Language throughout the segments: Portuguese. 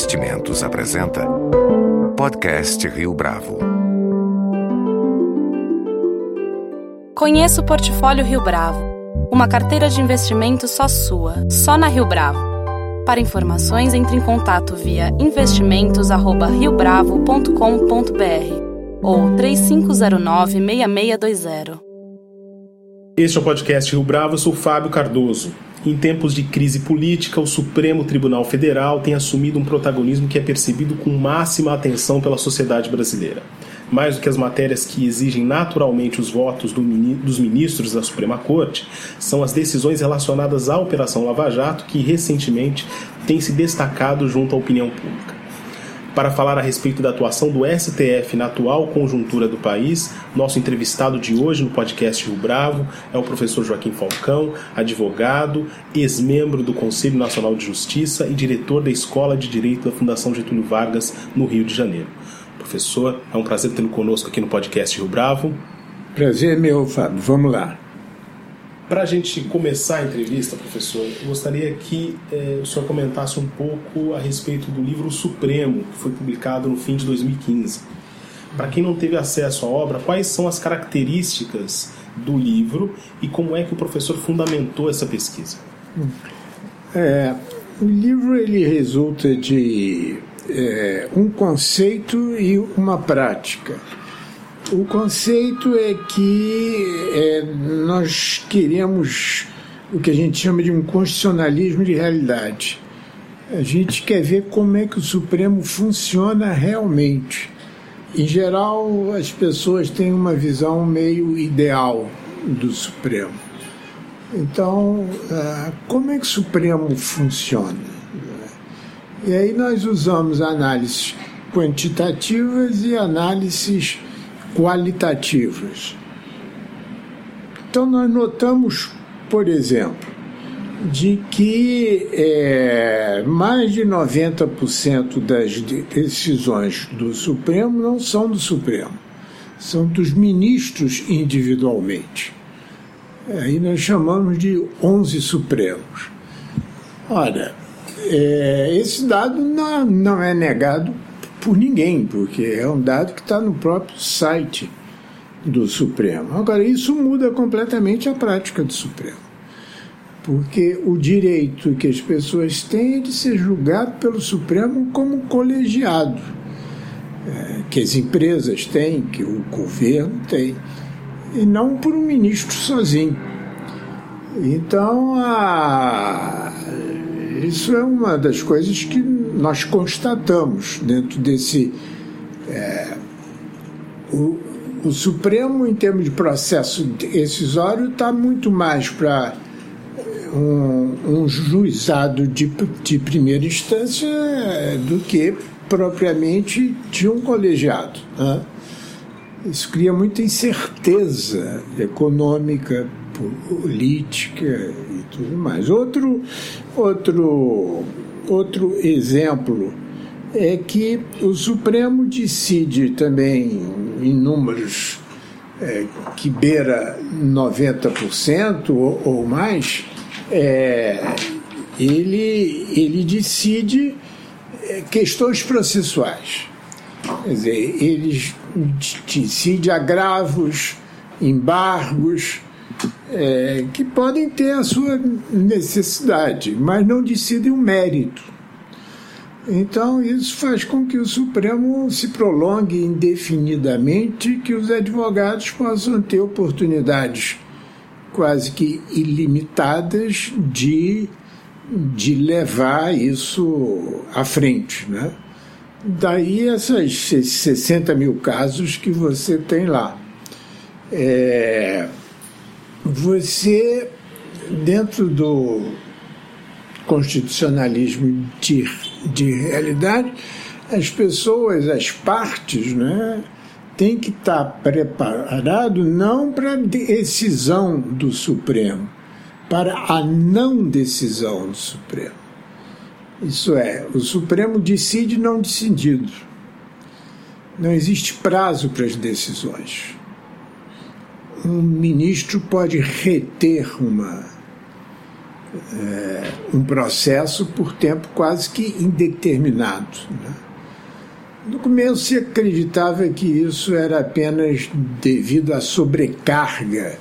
Investimentos apresenta Podcast Rio Bravo. Conheça o Portfólio Rio Bravo, uma carteira de investimentos só sua, só na Rio Bravo. Para informações, entre em contato via investimentos@riobravo.com.br ou 3509-6620. Este é o podcast Rio Bravo, eu sou Fábio Cardoso. Em tempos de crise política, o Supremo Tribunal Federal tem assumido um protagonismo que é percebido com máxima atenção pela sociedade brasileira. Mais do que as matérias que exigem naturalmente os votos dos ministros da Suprema Corte, são as decisões relacionadas à Operação Lava Jato que recentemente têm se destacado junto à opinião pública. Para falar a respeito da atuação do STF na atual conjuntura do país, nosso entrevistado de hoje no podcast Rio Bravo é o professor Joaquim Falcão, advogado, ex-membro do Conselho Nacional de Justiça e diretor da Escola de Direito da Fundação Getúlio Vargas, no Rio de Janeiro. Professor, é um prazer tê-lo conosco aqui no podcast Rio Bravo. Prazer meu, Fábio. Vamos lá. Para a gente começar a entrevista, professor, eu gostaria que o senhor comentasse um pouco a respeito do livro Supremo, que foi publicado no fim de 2015. Para quem não teve acesso à obra, quais são as características do livro e como é que o professor fundamentou essa pesquisa? O livro ele resulta de um conceito e uma prática. O conceito é que nós queremos o que a gente chama de um constitucionalismo de realidade. A gente quer ver como é que o Supremo funciona realmente. Em geral, as pessoas têm uma visão meio ideal do Supremo. Então, como é que o Supremo funciona? E aí nós usamos análises quantitativas e análises qualitativas. Então nós notamos, por exemplo, de que mais de 90% das decisões do Supremo não são do Supremo, são dos ministros individualmente. Aí nós chamamos de 11 Supremos. Ora, esse dado não é negado por ninguém, porque é um dado que está no próprio site do Supremo. Agora, isso muda completamente a prática do Supremo, porque o direito que as pessoas têm é de ser julgado pelo Supremo como colegiado, que as empresas têm, que o governo tem, e não por um ministro sozinho. Então, isso é uma das coisas que nós constatamos dentro desse... O Supremo, em termos de processo decisório, está muito mais para um juizado de primeira instância do que propriamente de um colegiado, né? Isso cria muita incerteza econômica, política e tudo mais. Outro exemplo é que o Supremo decide também em números que beira 90% ou mais, ele decide questões processuais. Quer dizer, ele decide agravos, embargos, que podem ter a sua necessidade, mas não decidem o mérito. Então, isso faz com que o Supremo se prolongue indefinidamente, que os advogados possam ter oportunidades quase que ilimitadas de levar isso à frente, né? Daí esses 60 mil casos que você tem lá. Você, dentro do constitucionalismo de realidade, as pessoas, as partes, né, têm que estar preparado não para a decisão do Supremo, para a não decisão do Supremo. Isso é, o Supremo decide não decidido. Não existe prazo para as decisões. Um ministro pode reter um processo por tempo quase que indeterminado, né? No começo se acreditava que isso era apenas devido à sobrecarga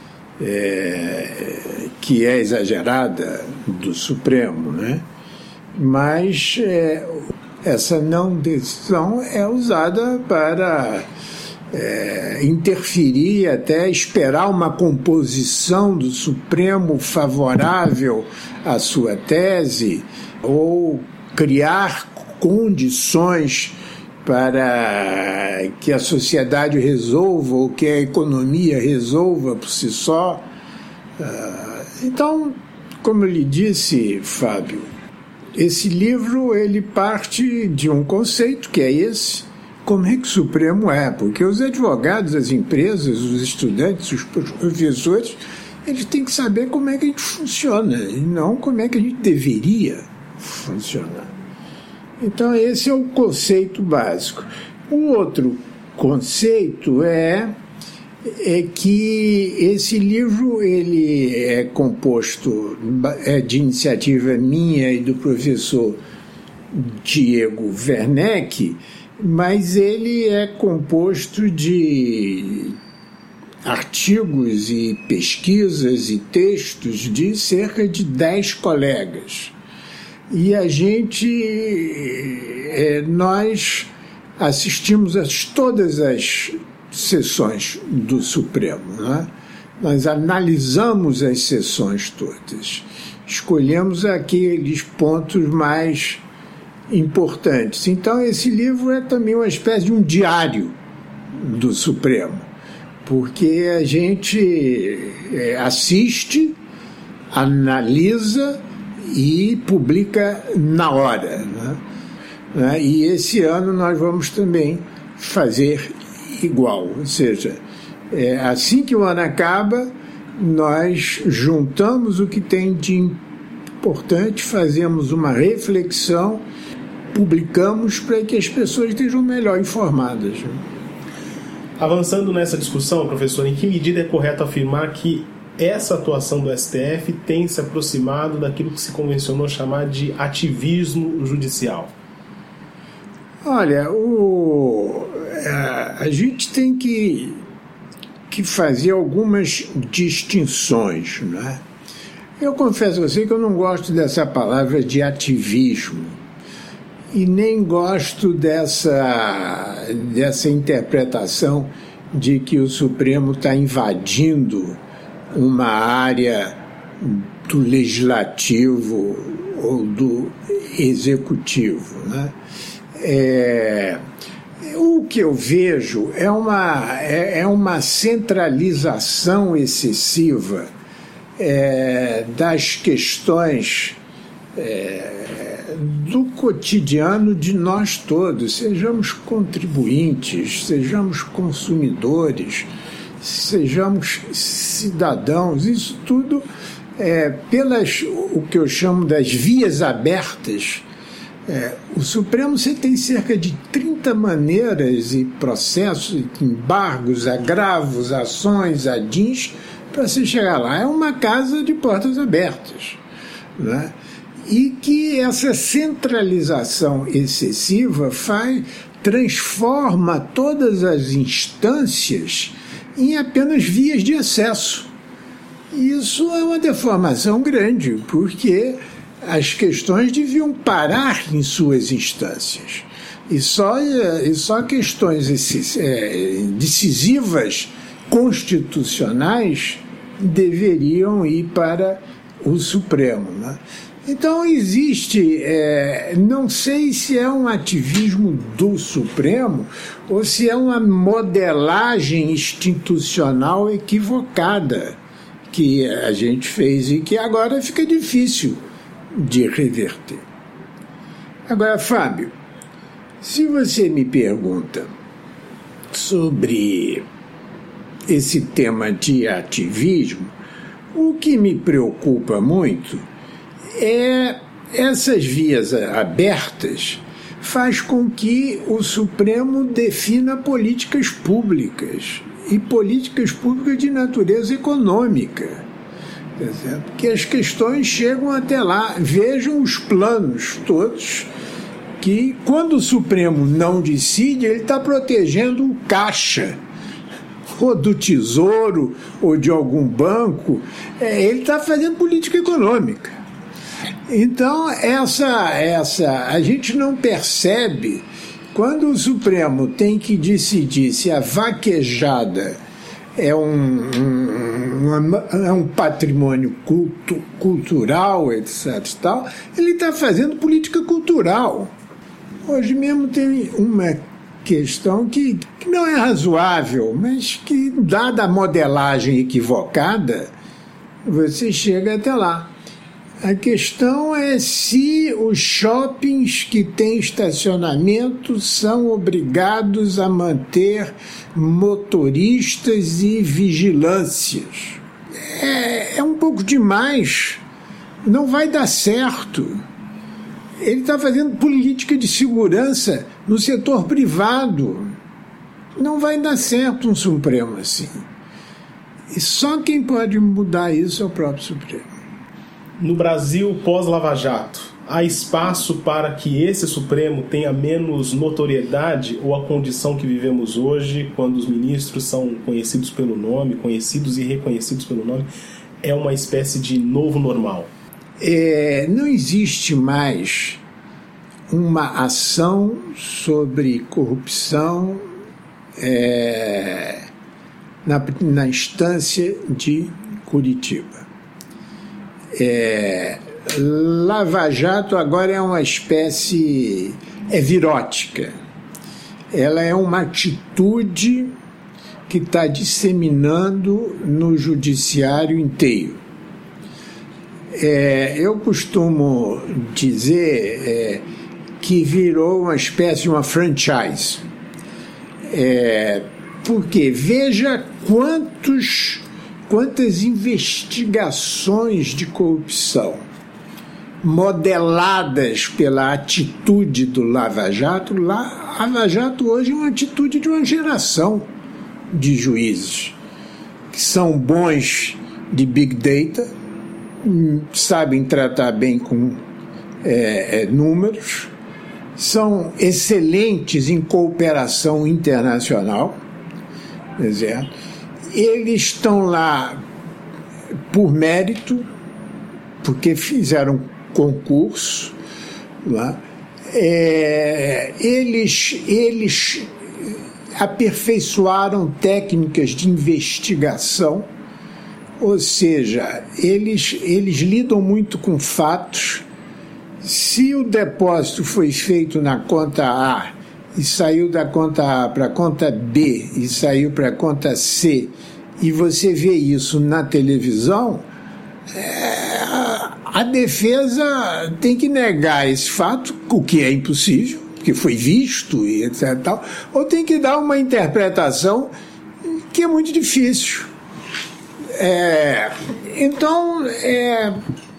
que é exagerada do Supremo, né? Mas essa não decisão é usada para interferir, até esperar uma composição do Supremo favorável à sua tese, ou criar condições para que a sociedade resolva ou que a economia resolva por si só. Então, como eu lhe disse, Fábio, esse livro ele parte de um conceito que é esse: como é que o Supremo é? Porque os advogados, as empresas, os estudantes, os professores, eles têm que saber como é que a gente funciona e não como é que a gente deveria funcionar. Então, esse é o conceito básico. Um outro conceito é que esse livro ele é composto de iniciativa minha e do professor Diego Werneck, mas ele é composto de artigos e pesquisas e textos de cerca de 10 colegas. E nós assistimos a todas as sessões do Supremo, né? Nós analisamos as sessões todas, escolhemos aqueles pontos mais importantes. Então, esse livro é também uma espécie de um diário do Supremo, porque a gente assiste, analisa e publica na hora, né? E esse ano nós vamos também fazer igual, ou seja, assim que o ano acaba, nós juntamos o que tem de importante, fazemos uma reflexão, publicamos para que as pessoas estejam melhor informadas. Avançando nessa discussão, professor, em que medida é correto afirmar que essa atuação do STF tem se aproximado daquilo que se convencionou chamar de ativismo judicial? Olha, a gente tem que fazer algumas distinções, né? Eu confesso a você que eu não gosto dessa palavra de ativismo e nem gosto dessa interpretação de que o Supremo está invadindo uma área do legislativo ou do executivo, né? O que eu vejo é uma centralização excessiva das questões do cotidiano de nós todos, sejamos contribuintes, sejamos consumidores, sejamos cidadãos, isso tudo pelas o que eu chamo das vias abertas. O Supremo você tem cerca de 30 maneiras e processos, embargos, agravos, ações, adins, para você chegar lá. É uma casa de portas abertas, né? E que essa centralização excessiva transforma todas as instâncias em apenas vias de acesso. Isso é uma deformação grande, porque as questões deviam parar em suas instâncias. E só questões decisivas, constitucionais, deveriam ir para o Supremo, né? Então existe, não sei se é um ativismo do Supremo ou se é uma modelagem institucional equivocada que a gente fez e que agora fica difícil de reverter. Agora, Fábio, se você me pergunta sobre esse tema de ativismo, o que me preocupa muito essas vias abertas faz com que o Supremo defina políticas públicas e políticas públicas de natureza econômica. Porque as questões chegam até lá. Vejam os planos todos, que quando o Supremo não decide, ele está protegendo o caixa, ou do Tesouro, ou de algum banco. Ele está fazendo política econômica. Então, a gente não percebe, quando o Supremo tem que decidir se a vaquejada é um patrimônio cultural, etc. Tal, ele está fazendo política cultural. Hoje mesmo tem uma questão que não é razoável, mas que, dada a modelagem equivocada, você chega até lá. A questão é se os shoppings que têm estacionamento são obrigados a manter motoristas e vigilâncias. É um pouco demais. Não vai dar certo. Ele está fazendo política de segurança no setor privado. Não vai dar certo um Supremo assim. E só quem pode mudar isso é o próprio Supremo. No Brasil pós-Lava Jato, há espaço para que esse Supremo tenha menos notoriedade, ou a condição que vivemos hoje, quando os ministros são conhecidos pelo nome, conhecidos e reconhecidos pelo nome, é uma espécie de novo normal? Não existe mais uma ação sobre corrupção na instância de Curitiba. Lava Jato agora é uma espécie virótica. Ela é uma atitude que está disseminando no judiciário inteiro. Eu costumo dizer que virou uma espécie de uma franchise. Porque veja quantas investigações de corrupção modeladas pela atitude do Lava Jato. Lava Jato hoje é uma atitude de uma geração de juízes que são bons de Big Data, sabem tratar bem com números, são excelentes em cooperação internacional, certo? Eles estão lá por mérito, porque fizeram concurso. Lá. Eles aperfeiçoaram técnicas de investigação, ou seja, eles lidam muito com fatos. Se o depósito foi feito na conta A e saiu da conta A para a conta B e saiu para a conta C, e você vê isso na televisão, a defesa tem que negar esse fato, o que é impossível, porque foi visto e etc. Tal, ou tem que dar uma interpretação que é muito difícil. Então, é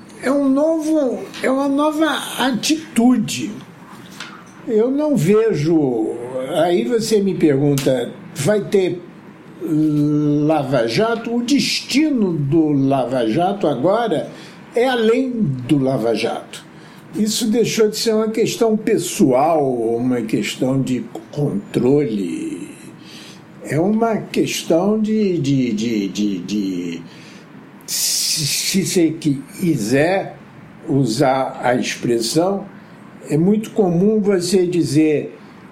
uma nova atitude. Eu não vejo... Aí você me pergunta, vai ter Lava Jato? O destino do Lava Jato agora é além do Lava Jato. Isso deixou de ser uma questão pessoal, uma questão de controle. É uma questão de se você quiser usar a expressão, é muito comum você dizer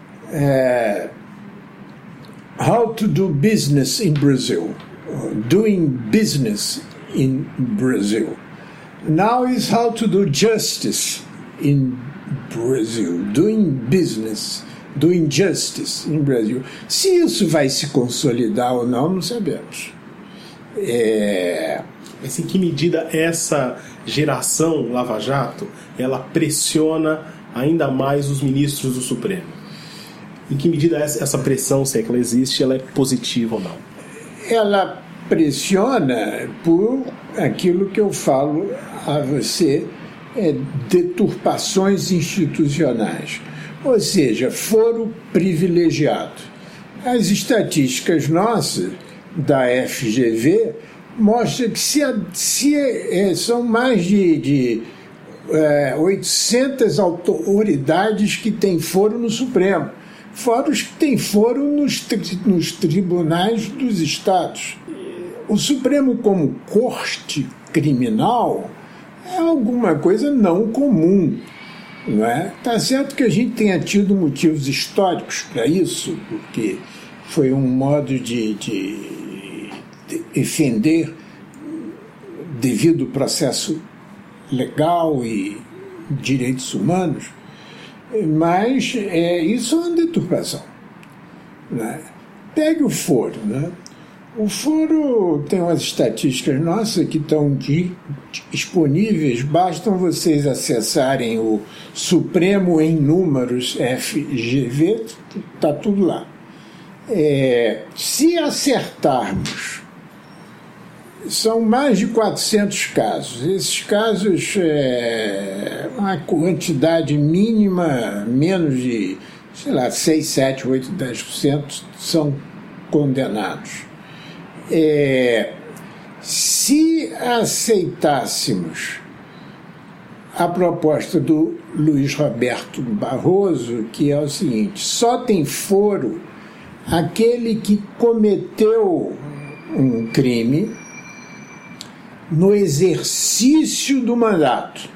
how to do business in Brazil, doing business in Brazil. Now is how to do justice in Brazil, doing business, doing justice in Brazil. Se isso vai se consolidar ou não sabemos. Mas em que medida essa geração Lava Jato ela pressiona ainda mais os ministros do Supremo? Em que medida essa pressão, se é que ela existe, ela é positiva ou não? Ela pressiona por aquilo que eu falo a você, deturpações institucionais. Ou seja, foro privilegiado. As estatísticas nossas da FGV mostra que são mais de 800 autoridades que têm foro no Supremo, fora os que têm foro nos tribunais dos estados. O Supremo, como corte criminal, é alguma coisa não comum. Não é? Tá certo que a gente tenha tido motivos históricos para isso, porque foi um modo de defender devido ao processo legal e direitos humanos, mas isso é uma deturpação. Né? Pegue o foro. Né? O foro tem umas estatísticas nossas que estão disponíveis, bastam vocês acessarem o Supremo em Números FGV, está tudo lá. Se acertarmos, são mais de 400 casos. Esses casos, uma quantidade mínima, menos de, 6, 7, 8, 10% são condenados. Se aceitássemos a proposta do Luiz Roberto Barroso, que é o seguinte: só tem foro aquele que cometeu um crime no exercício do mandato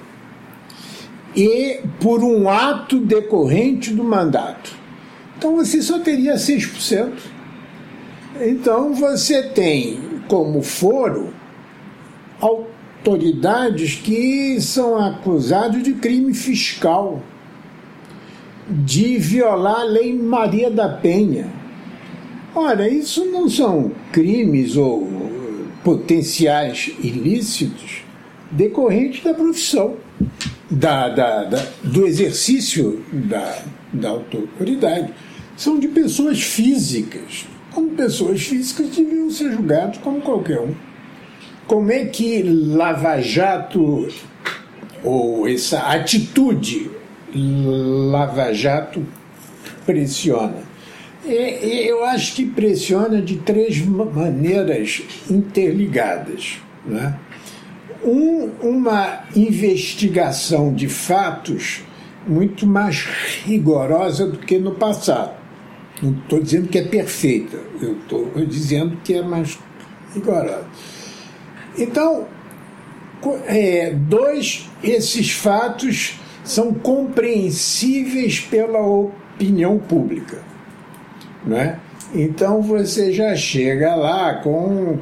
e por um ato decorrente do mandato. Então você só teria 6%. Então você tem como foro autoridades que são acusados de crime fiscal, de violar a Lei Maria da Penha. Ora, isso não são crimes ou potenciais ilícitos decorrentes da profissão, do exercício da autoridade. São de pessoas físicas. Como pessoas físicas deviam ser julgados como qualquer um. Como é que Lava Jato, ou essa atitude Lava Jato, pressiona? Eu acho que pressiona de 3 maneiras interligadas. Né? Uma investigação de fatos muito mais rigorosa do que no passado. Não estou dizendo que é perfeita, eu estou dizendo que é mais rigorosa. Então, 2, esses fatos são compreensíveis pela opinião pública. Né? Então você já chega lá com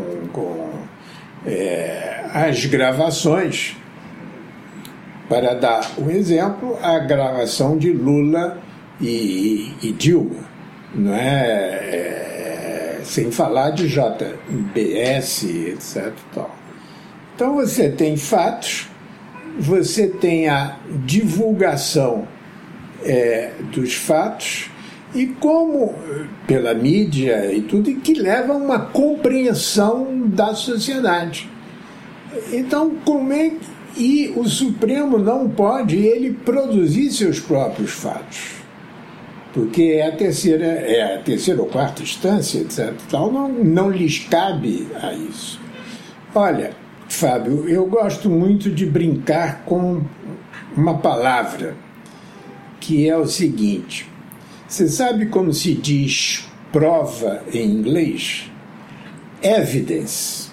as gravações. Para dar um exemplo, a gravação de Lula e Dilma, não é? Sem falar de JBS, etc. Então você tem fatos, você tem a divulgação dos fatos, e como pela mídia e tudo, que leva a uma compreensão da sociedade. Então, como é que o Supremo não pode ele produzir seus próprios fatos? Porque é a terceira ou quarta instância, etc. Não lhes cabe a isso. Olha, Fábio, eu gosto muito de brincar com uma palavra, que é o seguinte: você sabe como se diz prova em inglês? Evidence.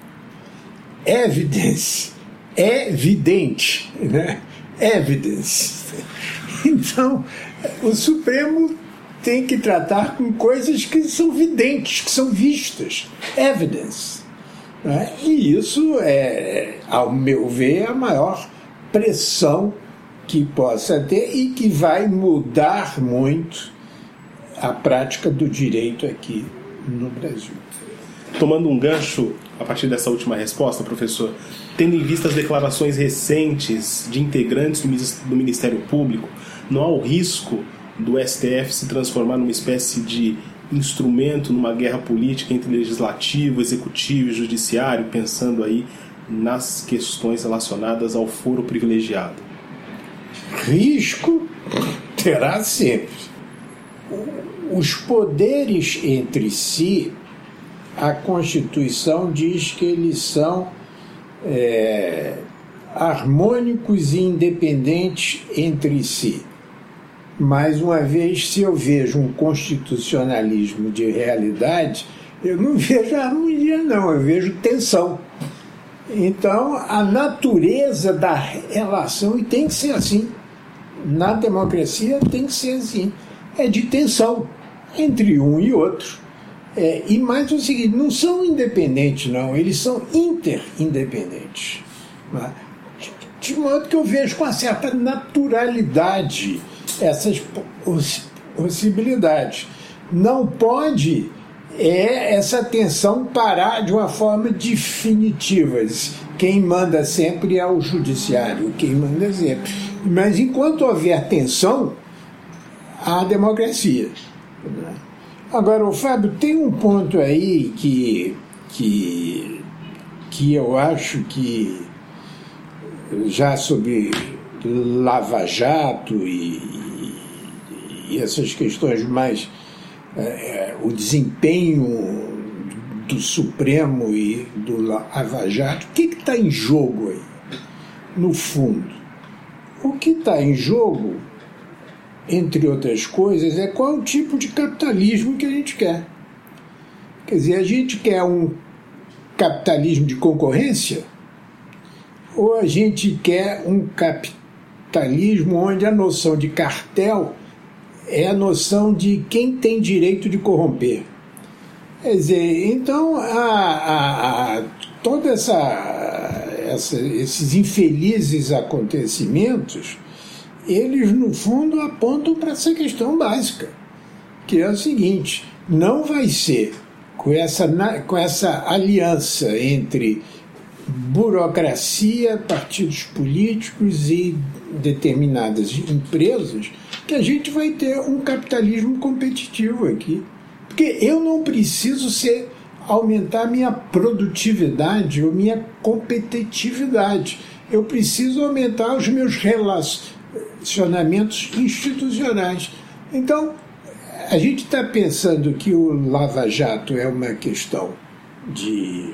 Evidence é evidente, né? Evidence. Então, o Supremo tem que tratar com coisas que são videntes, que são vistas. Evidence. Né? E isso é, ao meu ver, a maior pressão que possa ter e que vai mudar muito a prática do direito aqui no Brasil. Tomando um gancho a partir dessa última resposta, professor, tendo em vista as declarações recentes de integrantes do Ministério Público, não há o risco do STF se transformar numa espécie de instrumento numa guerra política entre legislativo, executivo e judiciário, pensando aí nas questões relacionadas ao foro privilegiado? Risco terá sempre. Os poderes entre si a Constituição diz que eles são harmônicos e independentes entre si. Mais uma vez, se eu vejo um constitucionalismo de realidade, eu não vejo harmonia, não, eu vejo tensão. Então, a natureza da relação, e tem que ser assim, na democracia tem que ser assim, é de tensão entre um e outro. E mais o seguinte, não são independentes, não, eles são interindependentes. De modo que eu vejo com uma certa naturalidade essas possibilidades. Não pode essa tensão parar de uma forma definitiva. Quem manda sempre é o judiciário, quem manda sempre. Mas enquanto houver tensão, há democracia. Agora, Fábio, tem um ponto aí que eu acho que já sobre Lava Jato e essas questões mais o desempenho do Supremo e do Lava Jato, o que está em jogo aí, no fundo? O que está em jogo, entre outras coisas, é qual o tipo de capitalismo que a gente quer. Quer dizer, a gente quer um capitalismo de concorrência ou a gente quer um capitalismo onde a noção de cartel é a noção de quem tem direito de corromper. Quer dizer, então, todos esses infelizes acontecimentos, eles, no fundo, apontam para essa questão básica, que é o seguinte: não vai ser com essa aliança entre burocracia, partidos políticos e determinadas empresas que a gente vai ter um capitalismo competitivo aqui. Porque eu não preciso aumentar minha produtividade ou minha competitividade. Eu preciso aumentar os meus relacionamentos institucionais. Então, a gente está pensando que o Lava Jato é uma questão de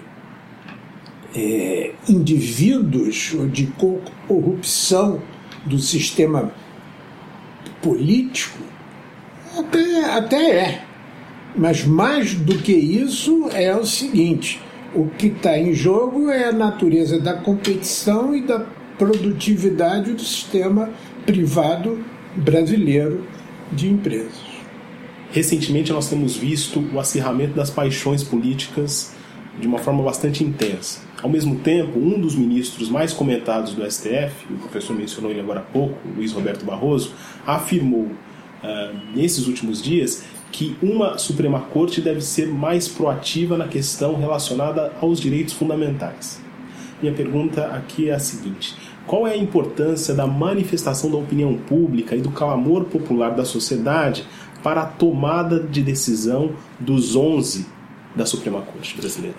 indivíduos ou de corrupção do sistema político. Até é. Mas mais do que isso é o seguinte: o que está em jogo é a natureza da competição e da produtividade do sistema privado brasileiro de empresas. Recentemente nós temos visto o acirramento das paixões políticas de uma forma bastante intensa. Ao mesmo tempo, um dos ministros mais comentados do STF, o professor mencionou ele agora há pouco, Luiz Roberto Barroso, afirmou nesses últimos dias que uma Suprema Corte deve ser mais proativa na questão relacionada aos direitos fundamentais. Minha pergunta aqui é a seguinte: qual é a importância da manifestação da opinião pública e do clamor popular da sociedade para a tomada de decisão dos 11 da Suprema Corte brasileira?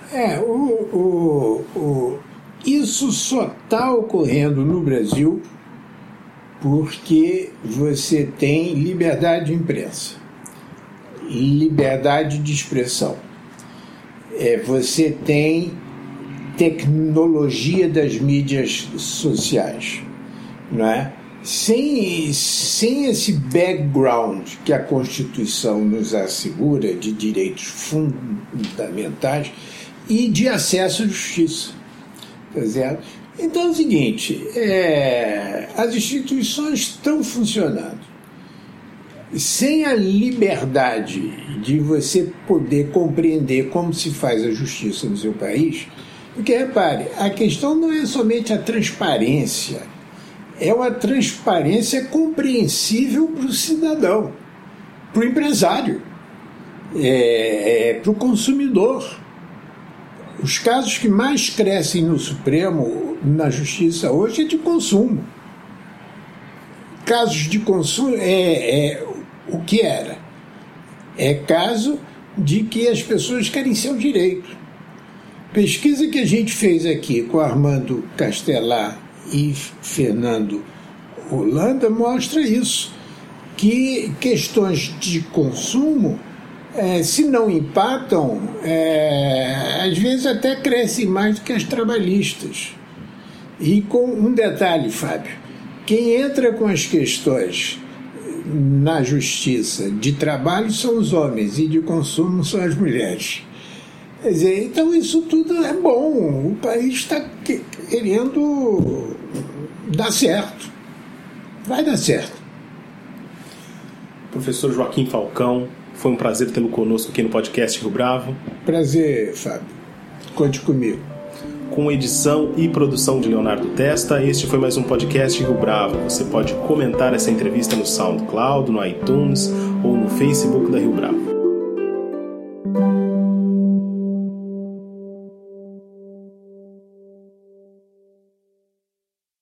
Isso só está ocorrendo no Brasil porque você tem liberdade de imprensa, liberdade de expressão, você tem tecnologia das mídias sociais, não é? Sem esse background que a Constituição nos assegura de direitos fundamentais e de acesso à justiça. Tá certo? Então é o seguinte: as instituições estão funcionando. Sem a liberdade de você poder compreender como se faz a justiça no seu país, porque, repare, a questão não é somente a transparência, é uma transparência compreensível para o cidadão, para o empresário, para o consumidor. Os casos que mais crescem no Supremo, na Justiça hoje, é de consumo. Casos de consumo o que era? É caso de que as pessoas querem seu direito. Pesquisa que a gente fez aqui com Armando Castelar e Fernando Holanda mostra isso, que questões de consumo se não empatam, às vezes até crescem mais do que as trabalhistas. E com um detalhe, Fábio, quem entra com as questões na justiça de trabalho são os homens e de consumo são as mulheres. Quer dizer, então isso tudo é bom, o país está querendo dar certo, vai dar certo. Professor Joaquim Falcão, foi um prazer tê-lo conosco aqui no podcast Rio Bravo. Prazer, Fábio, conte comigo. Com edição e produção de Leonardo Testa, este foi mais um podcast Rio Bravo. Você pode comentar essa entrevista no SoundCloud, no iTunes ou no Facebook da Rio Bravo.